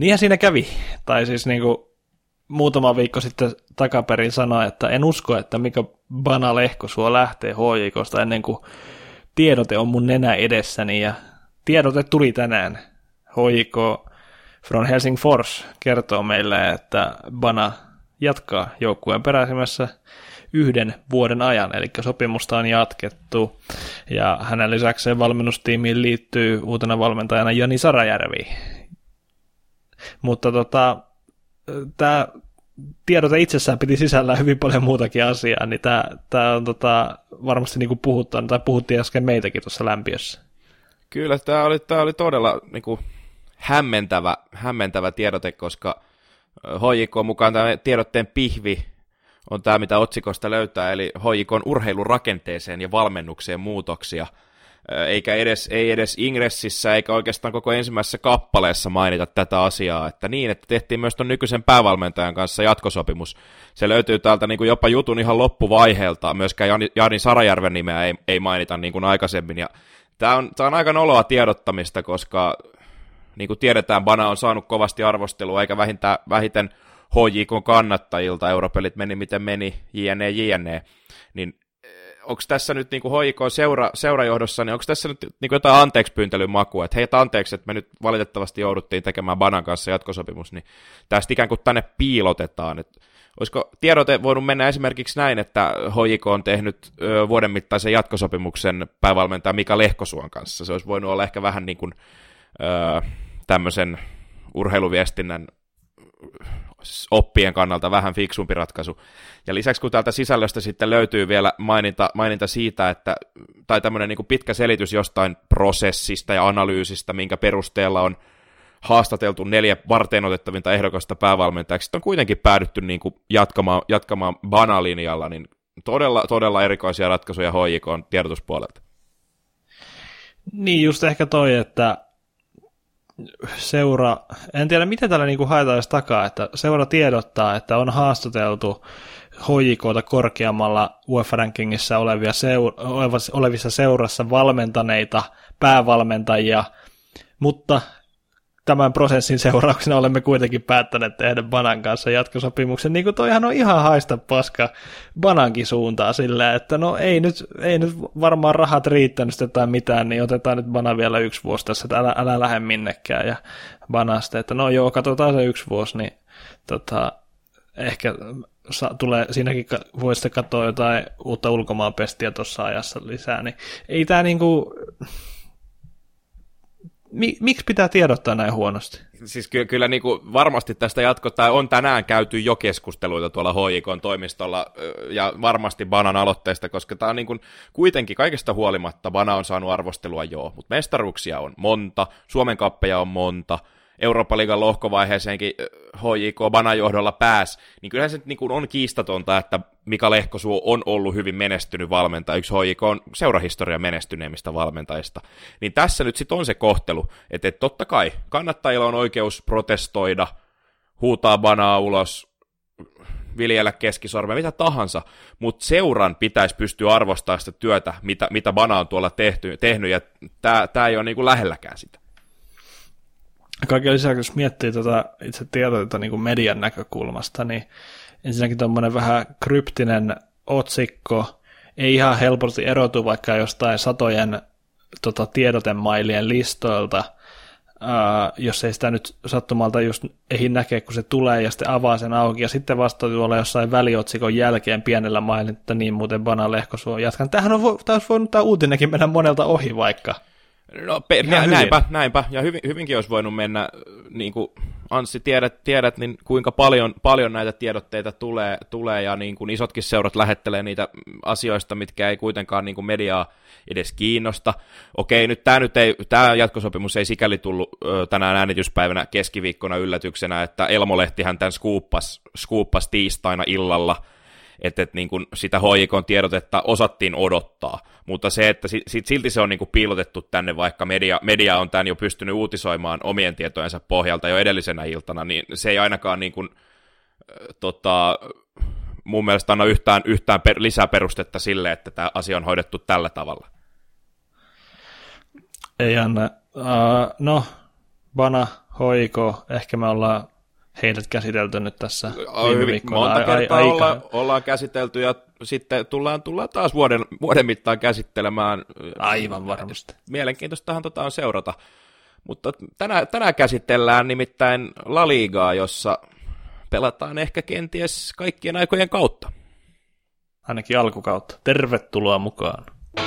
Niinhän siinä kävi. Tai siis niin kuin muutama viikko sitten takaperin sanoi, että en usko, että Mika Bana-Lehkosuo lähtee HJK:sta ennen kuin tiedote on mun nenä edessäni, ja tiedote tuli tänään. HJK from Helsingfors kertoo meille, että Bana jatkaa joukkueen peräisimmässä 1 vuoden ajan, eli sopimusta on jatkettu, ja hänen lisäkseen valmennustiimiin liittyy uutena valmentajana Jani Sarajärvi. Mutta tämä tiedote itsessään piti sisällään hyvin paljon muutakin asiaa, niin tämä on varmasti niin kuin puhuttiin äsken meitäkin tuossa lämpiössä. Kyllä, tämä oli todella niin kuin hämmentävä tiedote, koska HJK mukaan tämä tiedotteen pihvi on tämä, mitä otsikosta löytää, eli HJK:n urheilurakenteeseen ja valmennukseen muutoksia, ei edes ingressissä eikä oikeastaan koko ensimmäisessä kappaleessa mainita tätä asiaa, että tehtiin myös ton nykyisen päävalmentajan kanssa jatkosopimus. Se löytyy täältä niin kuin jopa jutun ihan loppuvaiheelta, myöskään Jani Sarajärven nimeä ei mainita niin kuin aikaisemmin, ja tämä on aika noloa tiedottamista, koska niin kuin tiedetään, Bana on saanut kovasti arvostelua, eikä vähiten HJK:n kannattajilta, europelit meni miten meni, jne, niin onko tässä nyt niin kuin HJK:n seurajohdossa, niin onko tässä nyt niin kuin jotain anteeksipyyntelyn makua, että hei, anteeksi, että me nyt valitettavasti jouduttiin tekemään Banan kanssa jatkosopimus, niin tästä ikään kuin tänne piilotetaan, että olisiko tiedote voinut mennä esimerkiksi näin, että HJK on tehnyt vuoden mittaisen jatkosopimuksen päävalmentaja Mika Lehkosuon kanssa, se olisi voinut olla ehkä vähän niin kuin tämmöisen urheiluviestinnän oppien kannalta vähän fiksumpi ratkaisu. Ja lisäksi kun täältä sisällöstä sitten löytyy vielä maininta siitä, tai tämmöinen niin kuin pitkä selitys jostain prosessista ja analyysistä, minkä perusteella on haastateltu 4 varteenotettavinta ehdokasta päävalmentajaksi, on kuitenkin päädytty niin kuin jatkamaan Bana-linjalla, niin todella erikoisia ratkaisuja HJK:n tiedotuspuolelta. Niin just ehkä toi, että seura, en tiedä miten täällä niinku haetaan edes takaa, että seura tiedottaa, että on haastateltu HJK:ta korkeammalla UEFA-rankingissa olevissa seurassa valmentaneita päävalmentajia, mutta tämän prosessin seurauksena olemme kuitenkin päättäneet tehdä Banan kanssa jatkosopimuksen. Niin kuin toihan on ihan haista paska Banankin suuntaan silleen, että no ei nyt varmaan rahat riittänyt tai mitään, niin otetaan nyt Bana vielä 1 vuosi tässä, että älä lähde minnekään. Ja Bana sitten, että no joo, katsotaan se 1 vuosi, niin ehkä tulee, siinäkin voi sitten katsoa jotain uutta ulkomaanpestiä tuossa ajassa lisää, niin ei tämä niinku... Miksi pitää tiedottaa näin huonosti? Siis kyllä niin kuin varmasti tästä on tänään käyty jo keskusteluita tuolla HJK:n toimistolla ja varmasti Banan aloitteesta, koska tämä on niin kuin, kuitenkin kaikesta huolimatta Bana on saanut arvostelua mutta mestaruuksia on monta, Suomen kappeja on monta, Eurooppa-liigan lohkovaiheeseenkin HJK Banan johdolla pääsi, niin kyllähän se niin kuin on kiistatonta, että Mika Lehkosuo on ollut hyvin menestynyt valmentaja, yksi HJK on seurahistorian menestyneimmistä valmentajista. Niin tässä nyt sitten on se kohtelu, että totta kai kannattajilla on oikeus protestoida, huutaa Banaa ulos, viljellä keskisormea, mitä tahansa, mutta seuran pitäisi pystyä arvostamaan sitä työtä, mitä Bana on tuolla tehnyt ja tämä ei ole niin kuin lähelläkään sitä. Kaiken lisäksi, jos miettii itse tietoa niin kuin median näkökulmasta, niin ensinnäkin tuommoinen vähän kryptinen otsikko ei ihan helposti erotu vaikka jostain satojen tiedotemailien listoilta, jos ei sitä nyt sattumalta just ehdi näkee, kun se tulee ja sitten avaa sen auki, ja sitten vasta tuolla jossain väliotsikon jälkeen pienellä mainit, että niin muuten Bana Lehkosuo jatkan. Tämähän olisi voinut tämä uutinenkin mennä monelta ohi vaikka. No näinpä. Ja hyvinkin olisi voinut mennä, niin kuin Anssi tiedät niin kuinka paljon näitä tiedotteita tulee ja niin kuin isotkin seurat lähettelee niitä asioista, mitkä ei kuitenkaan niin kuin mediaa edes kiinnosta. Okei, tämä jatkosopimus ei sikäli tullut tänään äänityspäivänä keskiviikkona yllätyksenä, että Elmo-lehtihän tämän skuuppas tiistaina illalla, että niin kuin sitä HJK:n tiedotetta osattiin odottaa, mutta se, että silti se on niin kuin piilotettu tänne, vaikka media on tämän jo pystynyt uutisoimaan omien tietojensa pohjalta jo edellisenä iltana, niin se ei ainakaan niin kuin, mun mielestä anna yhtään lisää perustetta sille, että tämä asia on hoidettu tällä tavalla. Ei anna. No, Bana Hoiko, ehkä me ollaan heidät käsitelty nyt tässä viime viikkoina. Monta kertaa ollaan käsitelty ja sitten tullaan taas vuoden mittaan käsittelemään. Aivan varmasti. Mielenkiintoistahan on seurata. Mutta tänään käsitellään nimittäin La Ligaa, jossa pelataan ehkä kenties kaikkien aikojen kautta. Ainakin alkukautta. Tervetuloa mukaan.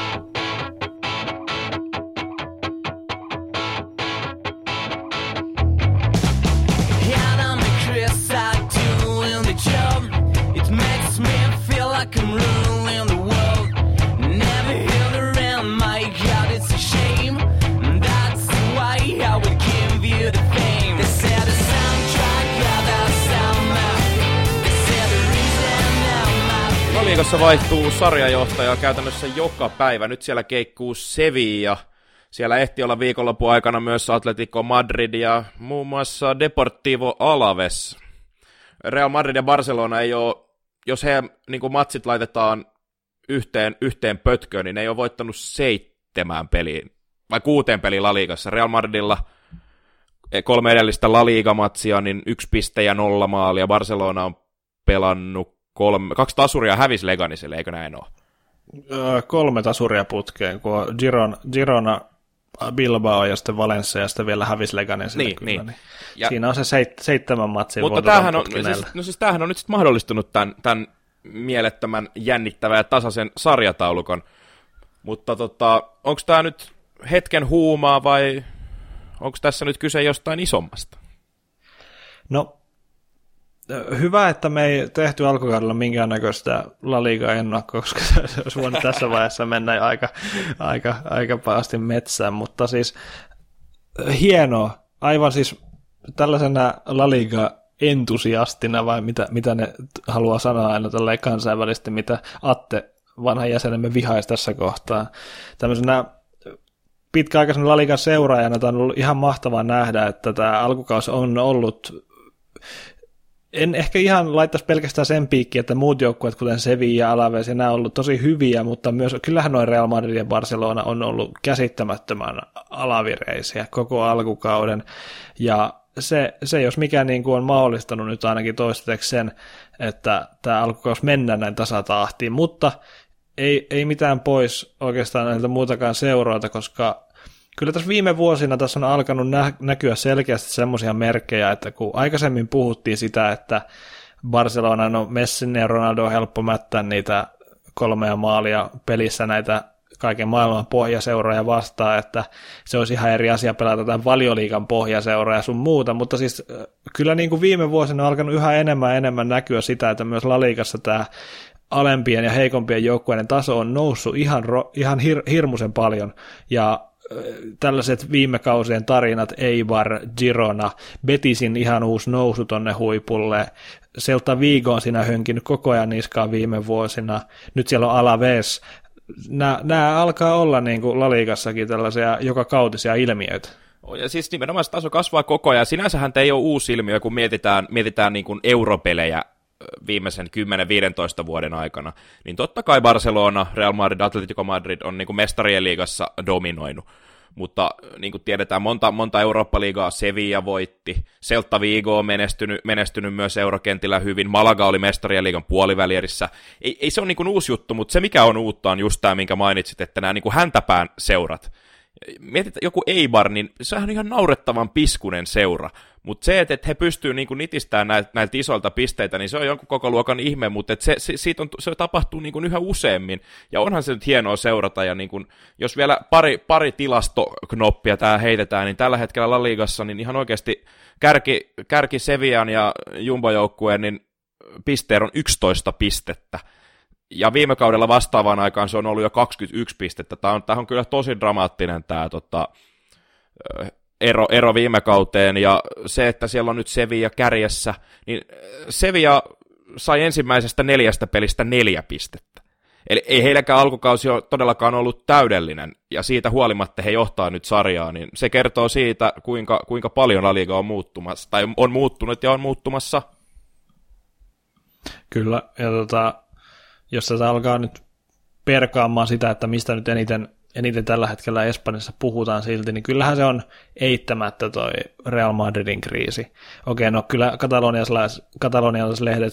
Liigassa vaihtuu sarjajohtaja käytännössä joka päivä. Nyt siellä keikkuu Sevilla. Siellä ehti olla viikonlopun aikana myös Atletico Madrid ja muun muassa Deportivo Alaves. Real Madrid ja Barcelona ei ole, jos heidän niin matsit laitetaan yhteen pötköön, niin ne ei ole voittanut 7 peliin, vai 6 peliin La Ligassa. Real Madridilla 3 edellistä La Liga-matsia, niin 1 piste ja 0 maalia. Barcelona on pelannut 2 tasuria hävisi Leganiselle, eikö näin ole? 3 tasuria putkeen, kun on Girona, Bilbao ja sitten Valencia ja sitten vielä hävisi Leganiselle. Niin. Ja siinä on se 7 matsia. Mutta tämähän on nyt sitten mahdollistunut tämän mielettömän jännittävän ja tasaisen sarjataulukon. Mutta onko tämä nyt hetken huumaa vai onko tässä nyt kyse jostain isommasta? No, hyvä, että me ei tehty alkukaudella minkäännäköistä La Liga-ennakkoa, koska se olisi voinut tässä vaiheessa mennä aika pahasti metsään, mutta siis hienoa, aivan siis tällaisena La Liga-entusiastina, vai mitä ne haluaa sanoa aina tälleen kansainvälisesti, mitä Atte, vanha jäsenemme, vihaisi tässä kohtaa. Tämmöisenä pitkäaikaisena La Ligan seuraajana tämä on ollut ihan mahtavaa nähdä, että tämä alkukausi on ollut. En ehkä ihan laittaisi pelkästään sen piikkiin, että muut joukkueet, kuten Sevilla ja Alaves, nämä on ollut tosi hyviä, mutta myös kyllähän noin Real Madrid ja Barcelona on ollut käsittämättömän alavireisiä koko alkukauden, ja se jos mikä niin kuin on mahdollistanut nyt ainakin toistaiseksi sen, että tämä alkukausi mennään näin tasatahtiin, mutta ei mitään pois oikeastaan näiltä muutakaan seuroilta, koska kyllä tässä viime vuosina tässä on alkanut näkyä selkeästi semmoisia merkkejä, että kun aikaisemmin puhuttiin sitä, että Barcelona on Messin ja Ronaldo on helppo mättää niitä 3 maalia pelissä näitä kaiken maailman pohjaseuroja vastaan, että se olisi ihan eri asia pelata tämän Valioliigan pohjaseuroja sun muuta, mutta siis kyllä niin kuin viime vuosina on alkanut yhä enemmän näkyä sitä, että myös La Ligassa tämä alempien ja heikompien joukkueiden taso on noussut ihan hirmuisen paljon, ja tällaiset viime kausien tarinat, Eibar, Girona, Betisin ihan uusi nousu tonne huipulle, Celta Vigo on siinä hönkinyt koko ajan niskaan viime vuosina, nyt siellä on Alaves, nämä alkaa olla niin kuin La Ligassakin tällaisia joka kautisia ilmiöitä. Ja siis nimenomaan taso kasvaa koko ajan, sinänsähän ei ole uusi ilmiö, kun mietitään niin kuin europelejä viimeisen 10-15 vuoden aikana, niin totta kai Barcelona, Real Madrid, Atletico Madrid on niin kuin mestarien liigassa dominoinut, mutta niin kuin tiedetään, monta Eurooppa-liigaa Sevilla voitti, Celta Vigo on menestynyt myös eurokentillä hyvin, Malaga oli mestarien liigan puolivälierissä, ei se ole niin kuin uusi juttu, mutta se mikä on uutta on just tämä, minkä mainitsit, että nämä niin kuin häntäpään seurat, mietit joku Eibar, niin sehän on ihan naurettavan piskunen seura, mutta se, että he pystyvät niin nitistämään näiltä isoilta pisteitä, niin se on jonkun koko luokan ihme, mutta se tapahtuu niin yhä useammin, ja onhan se nyt hienoa seurata, ja niin kuin, jos vielä pari tilastoknoppia tää heitetään, niin tällä hetkellä La Ligassa, niin ihan oikeasti kärki Sevillan ja Jumbo-joukkueen, niin pisteer on 11 pistettä, ja viime kaudella vastaavaan aikaan se on ollut jo 21 pistettä. Tämä on kyllä tosi dramaattinen tämä ero viime kauteen, ja se, että siellä on nyt Sevilla kärjessä, niin Sevilla sai ensimmäisestä 4 pelistä 4 pistettä. Eli ei heilläkään alkukausi ole todellakaan ollut täydellinen, ja siitä huolimatta he johtaa nyt sarjaa, niin se kertoo siitä, kuinka paljon La Liga on muuttumassa, tai on muuttunut ja on muuttumassa. Kyllä, ja jos tätä alkaa nyt perkaamaan sitä, että mistä nyt eniten tällä hetkellä Espanjassa puhutaan silti, niin kyllähän se on eittämättä toi Real Madridin kriisi. Okei, no kyllä katalonialaislehdet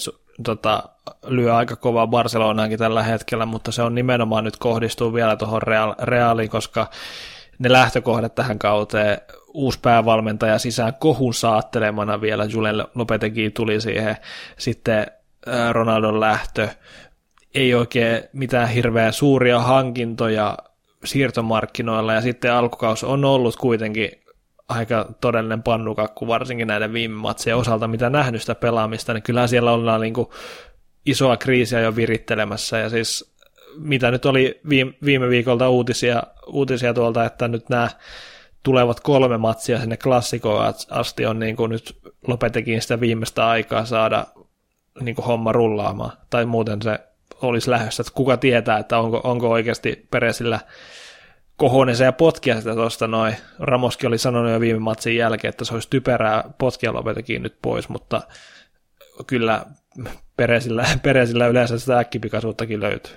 lyö aika kovaa Barcelonaankin tällä hetkellä, mutta se on nimenomaan nyt kohdistuu vielä tuohon Realiin, koska ne lähtökohdat tähän kauteen, uusi päävalmentaja sisään kohun saattelemana vielä, Julen Lopetegui tuli siihen, sitten Ronaldon lähtö, ei oikein mitään hirveän suuria hankintoja siirtomarkkinoilla, ja sitten alkukausi on ollut kuitenkin aika todellinen pannukakku, varsinkin näiden viime matsien osalta, mitä nähnyt sitä pelaamista, niin kyllä siellä ollaan niin kuin isoa kriisiä jo virittelemässä, ja siis mitä nyt oli viime viikolta uutisia tuolta, että nyt nämä tulevat 3 matsia sinne klassikoon asti on niin kuin nyt Lopeteguin sitä viimeistä aikaa saada niin kuin homma rullaamaan, tai muuten se olisi lähdössä, että kuka tietää, että onko oikeasti Peresillä kohoneeseen ja potkia sitä tuosta noin. Ramoskin oli sanonut jo viime matsin jälkeen, että se olisi typerää potkia Lopeteguin nyt pois, mutta kyllä Peresillä yleensä sitä äkkipikaisuuttakin löytyy.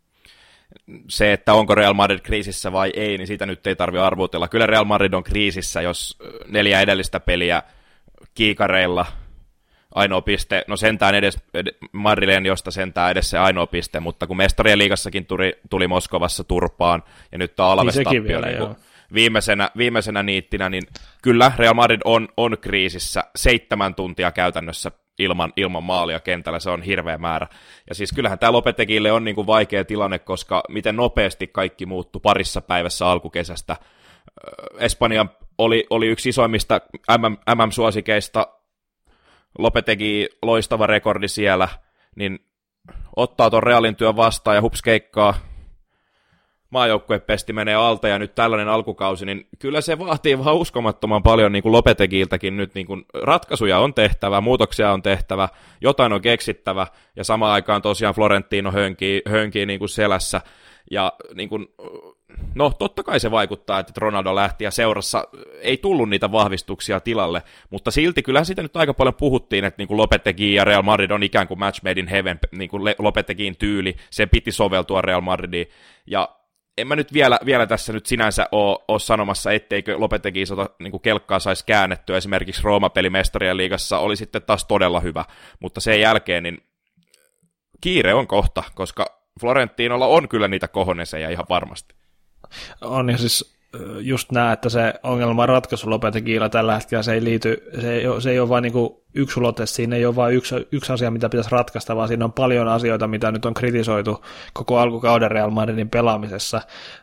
Se, että onko Real Madrid kriisissä vai ei, niin siitä nyt ei tarvitse arvotella. Kyllä Real Madrid on kriisissä, jos 4 edellistä peliä kiikareilla, ainoa piste, no sentään edes Madrilen, josta sentään edes se ainoa piste, mutta kun Mestarien liigassakin tuli Moskovassa turpaan, ja nyt tämä Alaves-tappio viimeisenä niittinä, niin kyllä Real Madrid on kriisissä 7 tuntia käytännössä ilman maalia kentällä, se on hirveä määrä. Ja siis kyllähän tämä Lopeteguille on niin kuin vaikea tilanne, koska miten nopeasti kaikki muuttui parissa päivässä alkukesästä. Espanja oli yksi isoimmista MM-suosikeista, Lopetegui loistava rekordi siellä, niin ottaa ton Realin työn vastaan ja hups keikkaa, maajoukkuepesti menee alta ja nyt tällainen alkukausi, niin kyllä se vaatii vaan uskomattoman paljon niin kuin Lopeteguiltakin nyt niin kuin ratkaisuja on tehtävä, muutoksia on tehtävä, jotain on keksittävä ja samaan aikaan tosiaan Florentino hönkii niin kuin selässä ja niin kuin, no totta kai se vaikuttaa, että Ronaldo lähti ja seurassa ei tullut niitä vahvistuksia tilalle, mutta silti kyllähän siitä nyt aika paljon puhuttiin, että niin kuin Lopetegui ja Real Madrid on ikään kuin match made in heaven, niin kuin Lopeteguin tyyli, sen piti soveltua Real Madridiin ja en mä nyt vielä tässä nyt sinänsä ole sanomassa, etteikö Lopetegui niin kelkkaa saisi käännettyä. Esimerkiksi Rooma-peli Mestarien liigassa oli sitten taas todella hyvä, mutta sen jälkeen niin kiire on kohta, koska Florentinolla on kyllä niitä kohoneseja ihan varmasti. On ja siis just näe, että se ongelman ratkaisu Lopeteguilla tällä hetkellä se ei ole vain niin yksi ulote, siinä ei ole vain yksi asia, mitä pitäisi ratkaista, vaan siinä on paljon asioita, mitä nyt on kritisoitu koko alkukauden Real Madridin pelaamisessa.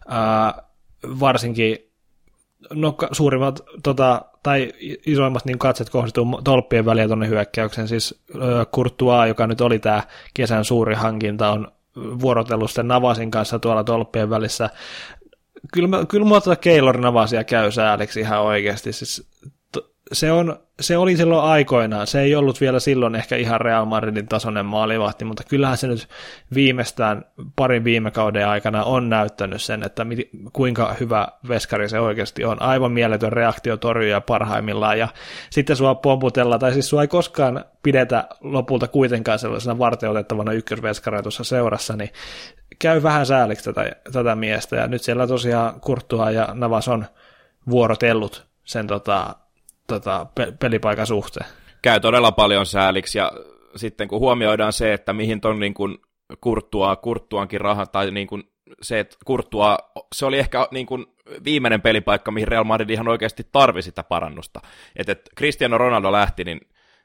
Varsinkin suurimmat tai isoimmat niin katset kohdistuu tolppien väliä tuonne hyökkäykseen, siis Courtois, joka nyt oli tämä kesän suuri hankinta, on vuorotellut sitten Navasin kanssa tuolla tolppien välissä. Kyllä mua Keylor Navasia käy sääliksi ihan oikeasti. Siis, se oli silloin aikoinaan. Se ei ollut vielä silloin ehkä ihan Real Madridin tasoinen maalivahti, mutta kyllähän se nyt viimeistään parin viime kauden aikana on näyttänyt sen, että kuinka hyvä veskari se oikeasti on. Aivan mieletön reaktiotorjuja parhaimmillaan, ja sitten sua pomputellaan, tai siis sua ei koskaan pidetä lopulta kuitenkaan sellaisena varteutettavana ykkösveskaria tuossa seurassa, niin käy vähän sääliksi tätä miestä, ja nyt siellä tosiaan Courtois ja Navas on vuorotellut sen pelipaikan suhteen. Käy todella paljon sääliksi, ja sitten kun huomioidaan se, että mihin ton niin kuin Courtoisankin raha, tai niin kuin se, että Courtois, se oli ehkä niin kuin viimeinen pelipaikka, mihin Real Madrid ihan oikeasti tarvisi sitä parannusta. Että Cristiano Ronaldo lähti, niin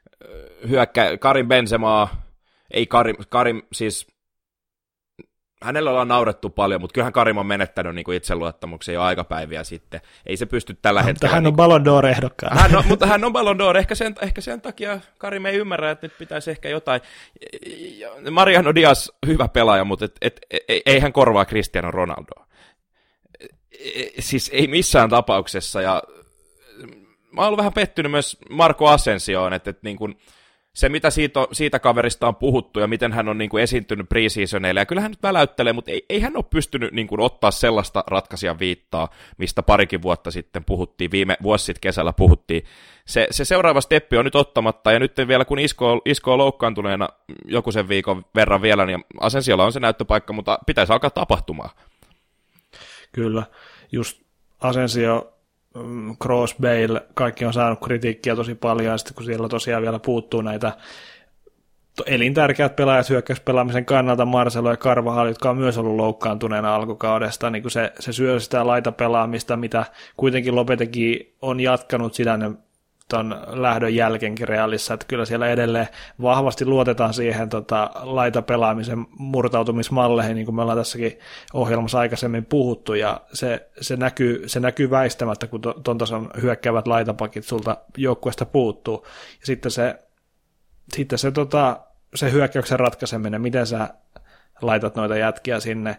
Karim Benzema, ei Karim siis hänellä ollaan naurettu paljon, mutta kyllähän Karim on menettänyt niin kuin itseluottamuksen jo aikapäiviä sitten. Ei se pysty tällä hetkellä. Hän on Ballon d'Or-ehdokkaan. Mutta hän on Ballon d'Or. Ehkä sen takia Karim ei ymmärrä, että nyt pitäisi ehkä jotain. Mariano Diaz, hyvä pelaaja, mutta ei hän korvaa Cristiano Ronaldoa. Siis ei missään tapauksessa. Ja mä oon ollut vähän pettynyt myös Marco Asensioon, että niin kuin se, mitä siitä kaverista on puhuttu ja miten hän on niin kuin esiintynyt pre-seasoneille, ja kyllä hän nyt väläyttelee, mutta ei hän ole pystynyt niin kuin ottaa sellaista ratkaisijan viittaa, mistä parikin vuotta sitten puhuttiin, vuosi sitten kesällä puhuttiin. Se seuraava steppi on nyt ottamatta, ja nyt vielä kun Isco on loukkaantuneena joku sen viikon verran vielä, niin Asensiolla on se näyttöpaikka, mutta pitäisi alkaa tapahtumaan. Kyllä, just Asensio, Kroos, Bale, kaikki on saanut kritiikkiä tosi paljon, ja sitten kun siellä tosiaan vielä puuttuu näitä elintärkeät pelaajat hyökkäyspelaamisen kannalta, Marcelo ja Carvajal, jotka on myös ollut loukkaantuneena alkukaudesta, niin kun se syö sitä laitapelaamista, mitä kuitenkin Lopetegui on jatkanut sitä tuon lähdön jälkeenkin Realissa, että kyllä siellä edelleen vahvasti luotetaan siihen laitapelaamisen murtautumismalleihin, niin kuin me ollaan tässäkin ohjelmassa aikaisemmin puhuttu, ja se näkyy väistämättä, kun ton tason hyökkäävät laitapakit sulta joukkueesta puuttuu, ja sitten se hyökkäyksen ratkaiseminen, miten sä laitat noita jätkiä sinne,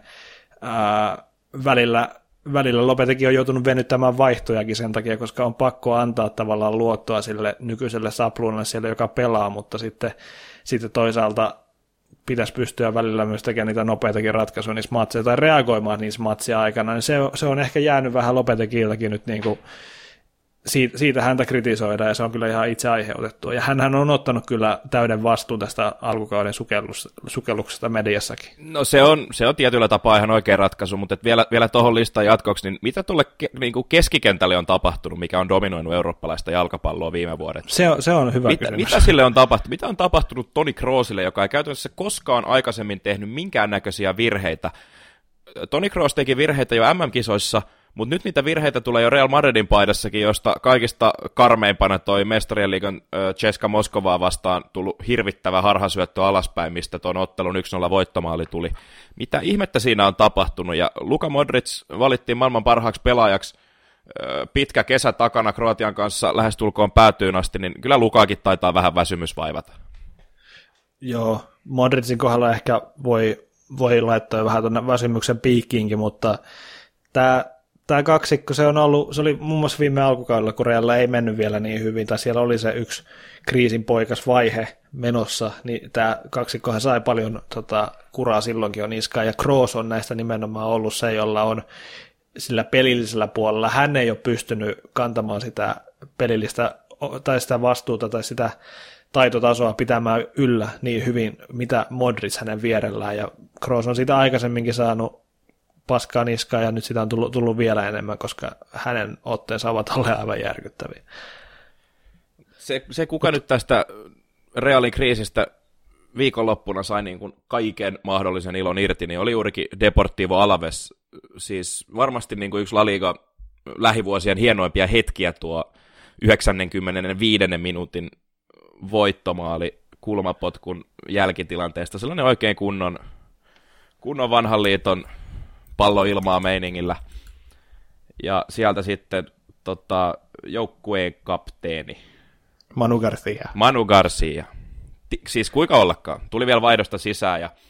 välillä Lopetegui on joutunut venyttämään vaihtojakin sen takia, koska on pakko antaa tavallaan luottoa sille nykyiselle sapluunalle siellä, joka pelaa, mutta sitten toisaalta pitäisi pystyä välillä myös tekemään niitä nopeitakin ratkaisuja niissä matseissa tai reagoimaan niissä matsia aikana, niin se on ehkä jäänyt vähän Lopeteguiltakin nyt niin kuin siitä häntä kritisoidaan, ja se on kyllä ihan itse aiheutettua. Ja hänhän on ottanut kyllä täyden vastuun tästä alkukauden sukelluksesta mediassakin. No se on tietyllä tapaa ihan oikea ratkaisu, mutta vielä tuohon listan jatkoksi, niin mitä tuolle niin keskikentälle on tapahtunut, mikä on dominoinut eurooppalaista jalkapalloa viime vuodet? Se on hyvä kysymys. Mitä sille on tapahtunut? Mitä on tapahtunut Toni Kroosille, joka ei käytännössä koskaan aikaisemmin tehnyt minkäännäköisiä virheitä? Toni Kroos teki virheitä jo MM-kisoissa, mutta nyt niitä virheitä tulee jo Real Madridin paidassakin, josta kaikista karmeimpana toi Mestarien liigan CSKA Moskovaa vastaan tullut hirvittävä harhasyöttö alaspäin, mistä tuon ottelun 1-0 voittomaali tuli. Mitä ihmettä siinä on tapahtunut? Ja Luka Modric valittiin maailman parhaaksi pelaajaksi pitkä kesä takana Kroatian kanssa lähestulkoon päätyyn asti, niin kyllä Lukaakin taitaa vähän väsymys vaivata. Joo, Modricin kohdalla ehkä voi laittaa vähän tuonne väsymyksen piikkiinkin, mutta tämä kaksikko, se oli muun muassa viime alkukaudella, kun Realla ei mennyt vielä niin hyvin, tai siellä oli se yksi kriisin poikas vaihe menossa, niin tämä kaksikkohan sai paljon kuraa silloinkin on niskaan, ja Kroos on näistä nimenomaan ollut se, jolla on sillä pelillisellä puolella, hän ei ole pystynyt kantamaan sitä pelillistä, tai sitä vastuuta, tai sitä taitotasoa pitämään yllä niin hyvin, mitä Modric hänen vierellään, ja Kroos on sitä aikaisemminkin saanut paskaa niskaa, ja nyt sitä on tullut vielä enemmän, koska hänen otteensa ovat olleet aivan järkyttäviä. Se kuka nyt tästä Realin kriisistä viikonloppuna sai niin kuin kaiken mahdollisen ilon irti, niin oli juurikin Deportivo Alaves, siis varmasti niin kuin yksi La Liga lähivuosien hienoimpia hetkiä tuo 95. minuutin voittomaali kulmapotkun jälkitilanteesta, sellainen oikein kunnon vanhan liiton palloilmaa meiningillä. Ja sieltä sitten joukkueen kapteeni. Manu Garcia. Siis kuinka ollakaan. Tuli vielä vaihdosta sisään ja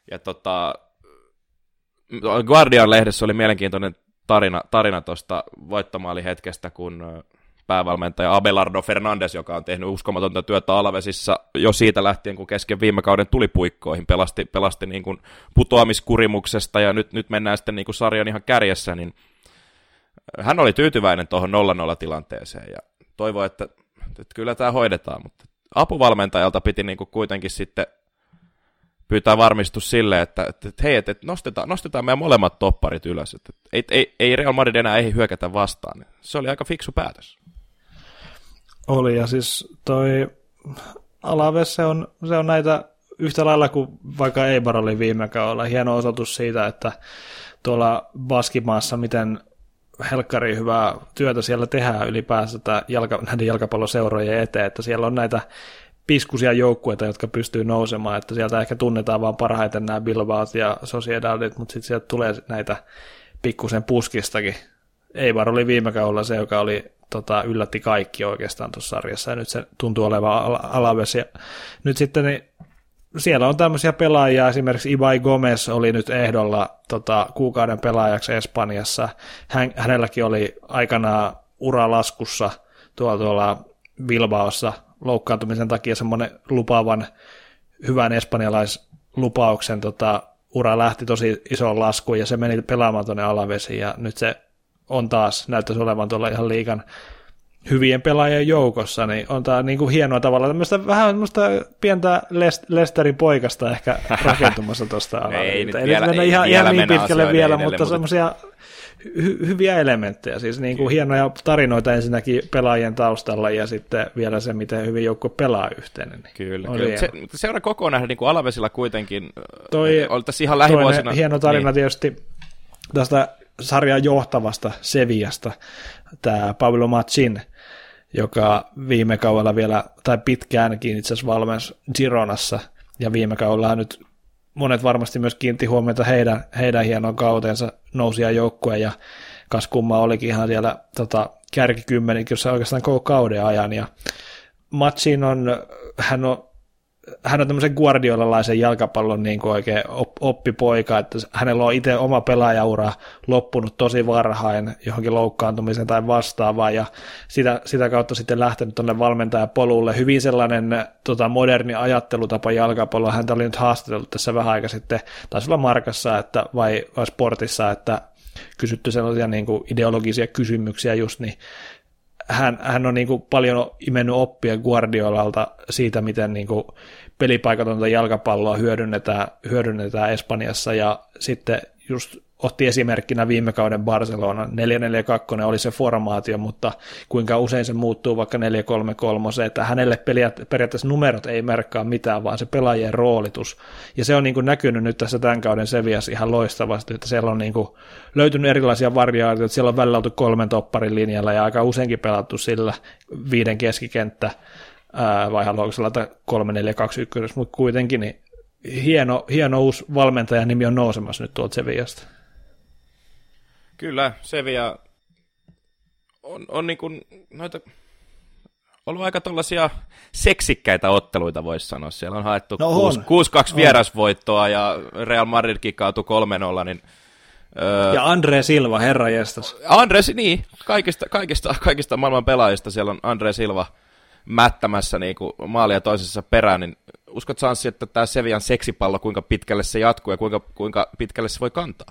Guardian-lehdessä oli mielenkiintoinen tarina tuosta voittomaalihetkestä, kun päävalmentaja Abelardo Fernandes, joka on tehnyt uskomatonta työtä Alavesissa jo siitä lähtien, kun kesken viime kauden tuli puikkoihin, pelasti niin kuin putoamiskurimuksesta, ja nyt mennään sitten niin kuin sarjan ihan kärjessä, niin hän oli tyytyväinen tuohon 0-0 tilanteeseen, ja toivoi, että kyllä tämä hoidetaan, mutta apuvalmentajalta piti niin kuin kuitenkin sitten pyytää varmistus sille, että hei, että nostetaan meidän molemmat topparit ylös, että ei Real Madrid enää ei hyökätä vastaan. Se oli aika fiksu päätös. Oli, ja siis toi Alaves, se on näitä yhtä lailla kuin vaikka Eibar oli viime kaudella. Hieno osoitus siitä, että tuolla Baskimaassa, miten helkkari hyvää työtä siellä tehdään ylipäänsä näiden jalkapalloseurojen eteen, että siellä on näitä piskuisia joukkueita, jotka pystyy nousemaan, että sieltä ehkä tunnetaan vaan parhaiten nämä Bilbaot ja Sociedadit, mutta sitten sieltä tulee näitä pikkusen puskistakin. Eibar oli viime kaudella se, joka yllätti kaikki oikeastaan tuossa sarjassa, ja nyt se tuntuu olevan Alaves. Ja nyt sitten niin siellä on tämmöisiä pelaajia, esimerkiksi Ibai Gomez oli nyt ehdolla kuukauden pelaajaksi Espanjassa. Hänelläkin oli aikanaan uralaskussa tuolla Bilbaossa loukkaantumisen takia semmoinen lupaavan hyvän espanjalaislupauksen ura lähti tosi isoon laskuun, ja se meni pelaamaan tuonne Alavesiin, ja nyt se on taas, näyttäisi olevan tuolla ihan liigan hyvien pelaajien joukossa, niin on tämä niin kuin hienoa tavalla. Tämmöistä vähän semmoista pientä Lesterin poikasta ehkä rakentumassa tuosta alalla. Ei nyt mennä ihan niin pitkälle vielä, mutta semmoisia hyviä elementtejä, siis niin kuin hienoja tarinoita ensinnäkin pelaajien taustalla ja sitten vielä se, miten hyvin joukkue pelaa yhteen. Niin kyllä. Seura kokonaan niin kuin Alavesilla kuitenkin oltaisiin ihan lähivuosina. Lähivuosina. Hieno tarina tietysti tästä sarjan johtavasta Sevillasta, tämä Pablo Machin, joka viime kaudella vielä, tai pitkäänkin itse asiassa valmensi Gironassa, ja viime kaudella nyt monet varmasti myös kiinnitti huomiota heidän hienoon kautensa nousia joukkueen, ja kas kumma olikin ihan siellä kärkikymmenen, jossa oikeastaan koko kauden ajan, ja Machin hän on tämmöisen Guardiolalaisen jalkapallon niin kuin oikein oppipoika, että hänellä on itse oma pelaajaura loppunut tosi varhain johonkin loukkaantumiseen tai vastaavaan, ja sitä kautta sitten lähtenyt tuonne valmentajapolulle. Hyvin sellainen moderni ajattelutapa jalkapallo. Häntä oli nyt haastateltu tässä vähän aika sitten, taisi olla Markassa vai Sportissa, että kysytty sellaisia niin kuin ideologisia kysymyksiä just, niin hän on niin kuin paljon imennyt oppia Guardiolalta siitä, miten niin kuin pelipaikatonta jalkapalloa hyödynnetään Espanjassa, ja sitten just otti esimerkkinä viime kauden Barcelona. 4-4-2 oli se formaatio, mutta kuinka usein se muuttuu vaikka 4-3-3, että hänelle periaatteessa numerot ei merkkaa mitään, vaan se pelaajien roolitus. Ja se on niin kuin näkynyt nyt tässä tämän kauden Sevillassa ihan loistavasti, että siellä on niin kuin löytynyt erilaisia variaatioita, siellä on välillä oltu 3 topparin linjalla ja aika useinkin pelattu sillä 5 keskikenttä, vai haluaako se laittaa 3-4-2-1, mutta kuitenkin niin hieno uusi valmentajan nimi on nousemassa nyt tuolta Sevillasta. Kyllä, Sevilla on niin kuin noita ollut aika tuollaisia seksikkäitä otteluita, voisi sanoa. Siellä on haettu 6-2 vierasvoittoa ja Real Madridkin kaatui 3-0, niin ja André Silva, herranjestas. Niin, kaikista maailman pelaajista siellä on André Silva mättämässä niin kuin maalia toisessa perään, niin uskot Sanssi, että tämä Sevillan seksipallo, kuinka pitkälle se jatkuu ja kuinka pitkälle se voi kantaa?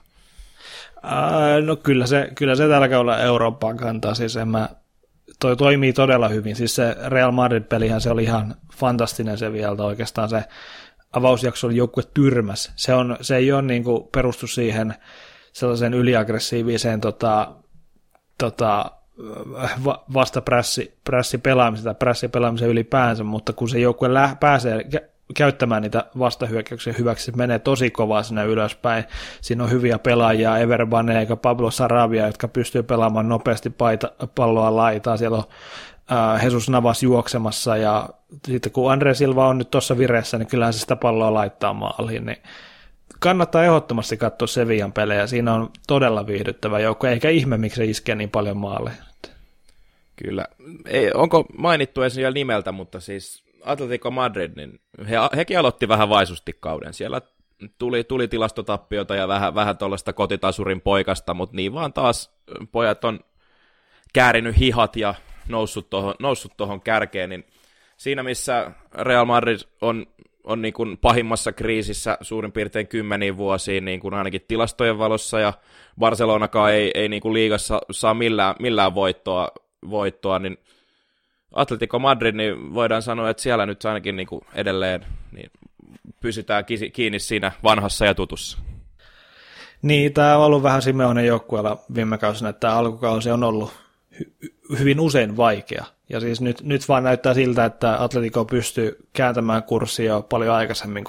No kyllä se tällä kaudella Eurooppaan kantaa, siis toi toimii todella hyvin, siis se Real Madrid-pelihän se oli ihan fantastinen Sevillalta oikeastaan, se avausjakso oli joukkue tyrmäs, se ei ole niin kuin perustu siihen sellaiseen yliaggressiiviseen vastaprässipelaamiseen tai prässipelaamiseen ylipäänsä, mutta kun se joukkue pääsee käyttämään niitä vastahyökkäyksiä hyväksi, se menee tosi kovaa sinne ylöspäin. Siinä on hyviä pelaajia, Ever Banega, Pablo Sarabia, jotka pystyy pelaamaan nopeasti palloa laitaa. Siellä on Jesus Navas juoksemassa, ja sitten kun André Silva on nyt tuossa vireessä, niin kyllähän se sitä palloa laittaa maaliin, niin kannattaa ehdottomasti katsoa Sevillan pelejä. Siinä on todella viihdyttävä joukko, eikä ihme, miksi se iskee niin paljon maaleja. Kyllä. Onko mainittu edes vielä nimeltä, mutta siis Atletico Madrid, niin hekin aloitti vähän vaisusti kauden. Siellä tuli tilastotappiota ja vähän tuollaista kotitasurin poikasta, mutta niin vaan taas pojat on käärinyt hihat ja noussut tuohon kärkeen, niin siinä missä Real Madrid on niin kuin pahimmassa kriisissä suurin piirtein 10 vuosiin, niin kuin ainakin tilastojen valossa, ja Barcelonakaan ei niin kuin liigassa saa millään voittoa, niin Atletico Madrid, niin voidaan sanoa, että siellä nyt ainakin niin kuin edelleen niin pysytään kiinni siinä vanhassa ja tutussa. Niin, tämä on ollut vähän Simeonen joukkueella viime kausina, että tämä alkukausi on ollut hyvin usein vaikea. Ja siis nyt vaan näyttää siltä, että Atletico pystyy kääntämään kurssia jo paljon aikaisemmin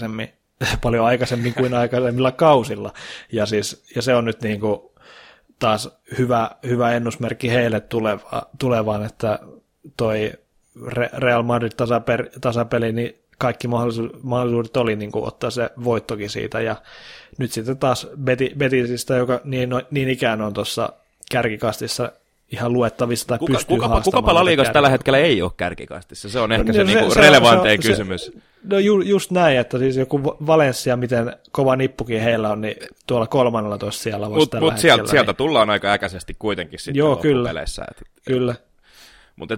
kuin aikaisemmilla kausilla. Ja se on nyt niin kuin taas hyvä ennusmerkki heille tulevaan, että toi Real Madrid tasapeli, niin kaikki mahdollisuudet oli niin kuin ottaa se voittokin siitä. Ja nyt sitten taas Betisistä, joka niin ikään on tuossa kärkikastissa ihan luettavissa tai pystyy haastamaan. Kukapa La Ligassa tällä hetkellä ei ole kärkikastissa? Se on ehkä se relevantein kysymys. No just näin, että siis joku Valencia, miten kova nippukin heillä on, niin tuolla 13 siellä vasta tällä hetkellä. Mutta sieltä tullaan aika äkäisesti kuitenkin sitten loppupeleissä. Kyllä. Mutta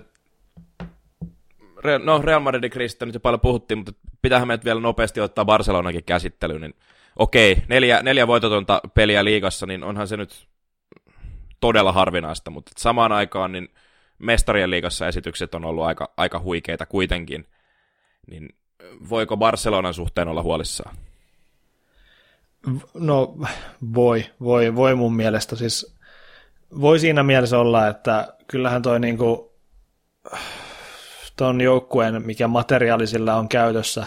Real Madridin kriisistä nyt jo paljon puhuttiin, mutta pitäähän meidät vielä nopeasti ottaa Barcelonakin käsittelyyn. Niin okei, 4 voitotonta peliä liigassa, niin onhan se nyt todella harvinaista, mutta samaan aikaan niin Mestarien liigassa esitykset on ollut aika huikeita kuitenkin, niin voiko Barcelonan suhteen olla huolissaan? No voi mun mielestä. Siis voi siinä mielessä olla, että kyllähän toi niinku ton joukkueen, mikä materiaali sillä on käytössä,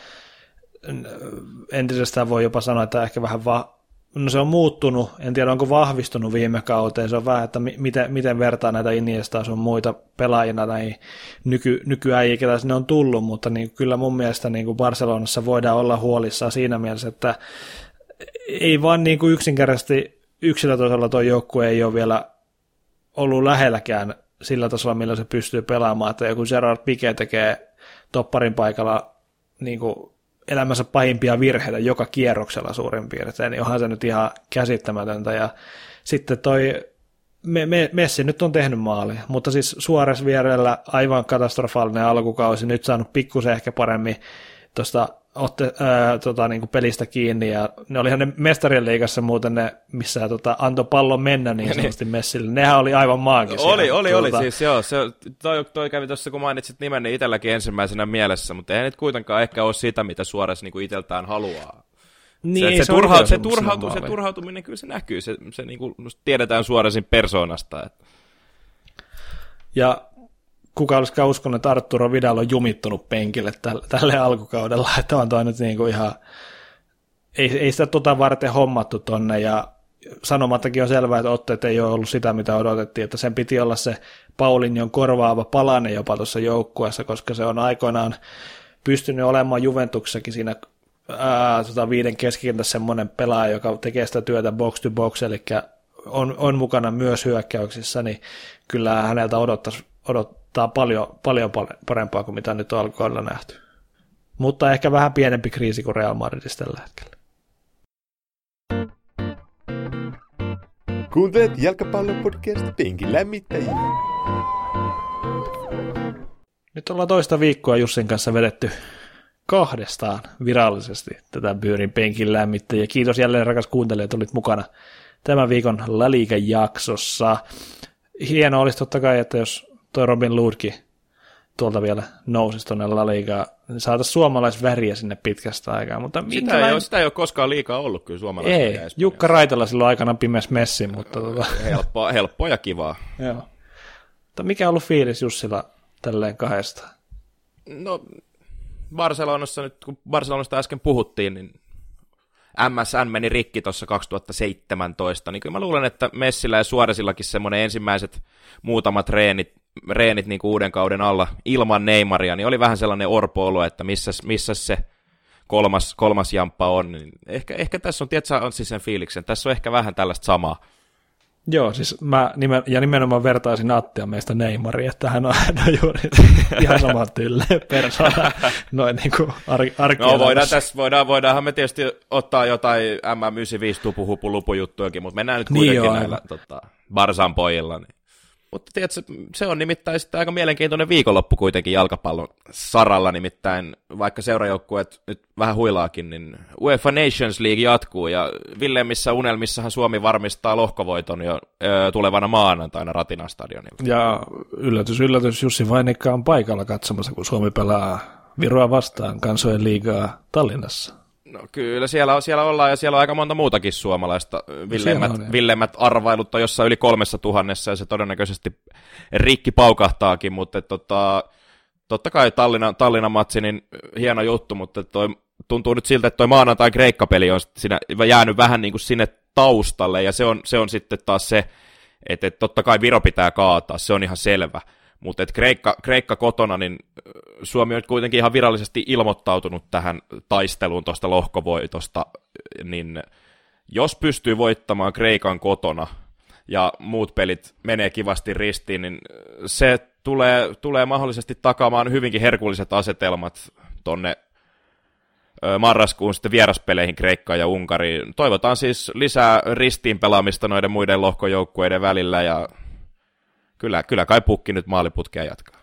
entisestään voi jopa sanoa, että ehkä vähän no se on muuttunut, en tiedä onko vahvistunut viime kauteen, se on vähän, että miten vertaa näitä Iniestaa sun muita pelaajina näihin nykyäjiä, ketä sinne on tullut, mutta niin kyllä mun mielestä niin kuin Barcelonassa voidaan olla huolissaan siinä mielessä, että ei vaan niin kuin yksinkertaisesti yksilötasolla tuo joukkue ei ole vielä ollut lähelläkään sillä tasolla, millä se pystyy pelaamaan, että joku Gerard Piqué tekee topparin paikalla niin kuin elämänsä pahimpia virheitä joka kierroksella suurin piirtein, niin onhan se nyt ihan käsittämätöntä. Ja sitten toi Messi nyt on tehnyt maali, mutta siis Suarez vierellä aivan katastrofaalinen alkukausi, nyt saanut pikkusen ehkä paremmin tuosta niin pelistä kiinni, ja ne olihan ne Mestarien liigassa muuten ne, missä antoi pallon mennä niin sanotusti Messille, nehän oli aivan maagisia. Oli, siis joo, toi kävi tuossa, kun mainitsit nimen, niin itselläkin ensimmäisenä mielessä, mutta ei nyt kuitenkaan ehkä ole sitä, mitä Suarez niin kuin itseltään haluaa. Niin, se turhautuminen, kyllä se näkyy, se niin kuin tiedetään Suarezin persoonasta. Että. Ja kuka olisikaan uskonut, että Arturo Vidal on jumittunut penkille tälle alkukaudella, että on toi nyt niinku ihan, ei sitä varten hommattu tonne, ja sanomattakin on selvää, että otteet ei ole ollut sitä, mitä odotettiin, että sen piti olla se Paulinjon korvaava palanen jopa tuossa joukkueessa, koska se on aikoinaan pystynyt olemaan Juventuksessakin siinä 5 keskikentässä semmoinen pelaaja, joka tekee sitä työtä box to box, eli on mukana myös hyökkäyksissä, niin kyllä häneltä odottaa paljon parempaa kuin mitä nyt on alkukaudella nähty. Mutta ehkä vähän pienempi kriisi kuin Real Madridissa tällä hetkellä. Kuuntelet jalkapallopodcast Penkin lämmittäjiä. Nyt ollaan toista viikkoa Jussin kanssa vedetty kahdestaan virallisesti tätä Byyrin Penkin lämmittäjiä. Kiitos jälleen rakas kuuntelija, että olit mukana tämän viikon La Liga-jaksossa. Hienoa olisi totta kai, että jos toi Robin Lodkin tuolta vielä nousisi tuonne La Ligaan, niin saataisiin suomalaisväriä sinne pitkästä aikaa. Mutta sitä ei ole koskaan liikaa ollut kyllä suomalaisväriä. Ei, Jukka Raitala silloin aikana pimeäs messi, mutta helppoa ja kivaa. Joo. Mutta mikä on ollut fiilis Jussilla tälleen kahdestaan? No Barcelonassa nyt, kun Barcelonasta äsken puhuttiin, niin MSN meni rikki tuossa 2017, niin kyllä mä luulen, että Messillä ja Suarezillakin semmoinen ensimmäiset muutamat reenit niin kuin uuden kauden alla ilman Neymaria, niin oli vähän sellainen orpo-olo, että missä se kolmas jamppa on. Niin ehkä tässä on, tiedätkö, on siis sen fiiliksen, tässä on ehkä vähän tällaista samaa. Joo, siis mä nimenomaan vertaisin Attia meistä Neymaria, että hän on juuri ihan sama tylle persoona, noin niin kuin arkielämässä. No voidaanhan me tietysti ottaa jotain MM95 tupuhupu-lupujuttuakin, mutta mennään nyt kuitenkin niin näillä Barsan pojilla. Niin. Mutta tiedätkö, se on nimittäin sitten aika mielenkiintoinen viikonloppu kuitenkin jalkapallon saralla, nimittäin vaikka seurajoukkueet nyt vähän huilaakin, niin UEFA Nations League jatkuu, ja Villemmissä unelmissahan Suomi varmistaa lohkovoiton jo tulevana maanantaina Ratinan stadionilla. Ja yllätys, Jussi Vainikka on paikalla katsomassa, kun Suomi pelaa Viroa vastaan kansojen liigaa Tallinnassa. No kyllä, siellä ollaan, ja siellä on aika monta muutakin suomalaista. Villemmät arvailutta jossain yli 3000, ja se todennäköisesti rikki paukahtaakin, mutta totta kai Tallinnan matsi, niin hieno juttu, mutta tuntuu nyt siltä, että toi maanantai Kreikka-peli on siinä jäänyt vähän niin kuin sinne taustalle, ja se on sitten taas se, että totta kai Viro pitää kaataa, se on ihan selvä. Mutta Kreikka kotona, niin Suomi on kuitenkin ihan virallisesti ilmoittautunut tähän taisteluun tuosta lohkovoitosta, niin jos pystyy voittamaan Kreikan kotona ja muut pelit menee kivasti ristiin, niin se tulee mahdollisesti takaamaan hyvinkin herkulliset asetelmat tonne marraskuun sitten vieraspeleihin Kreikkaan ja Unkariin. Toivotaan siis lisää ristiin pelaamista noiden muiden lohkojoukkueiden välillä, ja Kyllä kai Pukki nyt maaliputkea jatkaa.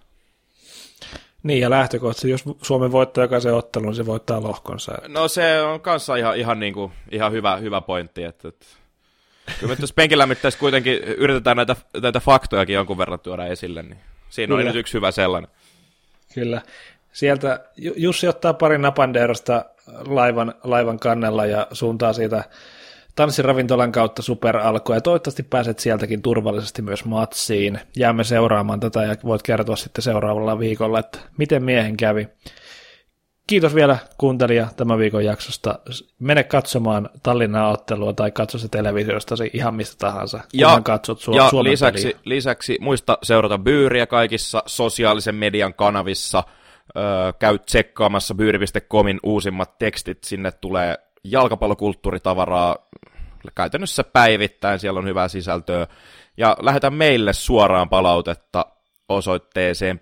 Niin, ja lähtökohtaisesti, jos Suomi voittaa jokaisen ottelun, niin se voittaa lohkonsa. No se on kanssa ihan hyvä pointti. Kyllä me tuossa penkilämmittäessä kuitenkin yritetään näitä faktojakin jonkun verran tuoda esille, niin siinä oli nyt yksi hyvä sellainen. Kyllä. Sieltä Jussi ottaa pari napanderosta laivan kannella ja suuntaa siitä tanssiravintolan kautta superalkoa, ja toivottavasti pääset sieltäkin turvallisesti myös matsiin. Jäämme seuraamaan tätä, ja voit kertoa sitten seuraavalla viikolla, että miten miehen kävi. Kiitos vielä kuuntelija tämän viikon jaksosta. Mene katsomaan Tallinnan ottelua tai katso se televisiosta ihan mistä tahansa, kunhan katsot Suomen peliä. Lisäksi muista seurata Byyriä kaikissa sosiaalisen median kanavissa. Käy tsekkaamassa byyri.comin uusimmat tekstit. Sinne tulee jalkapallokulttuuritavaraa käytännössä päivittäin. Siellä on hyvää sisältöä. Ja lähetä meille suoraan palautetta osoitteeseen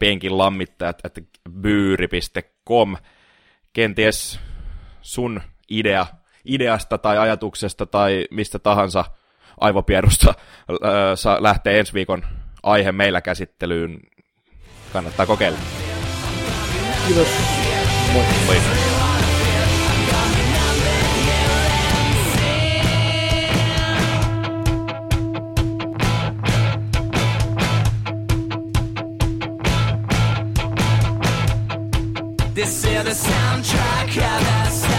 penkinlammittajat@byyri.com. Kenties sun ideasta tai ajatuksesta tai mistä tahansa aivopierusta lähtee ensi viikon aihe meillä käsittelyyn. Kannattaa kokeilla. Kiitos. Moi. Moi. This is the soundtrack of the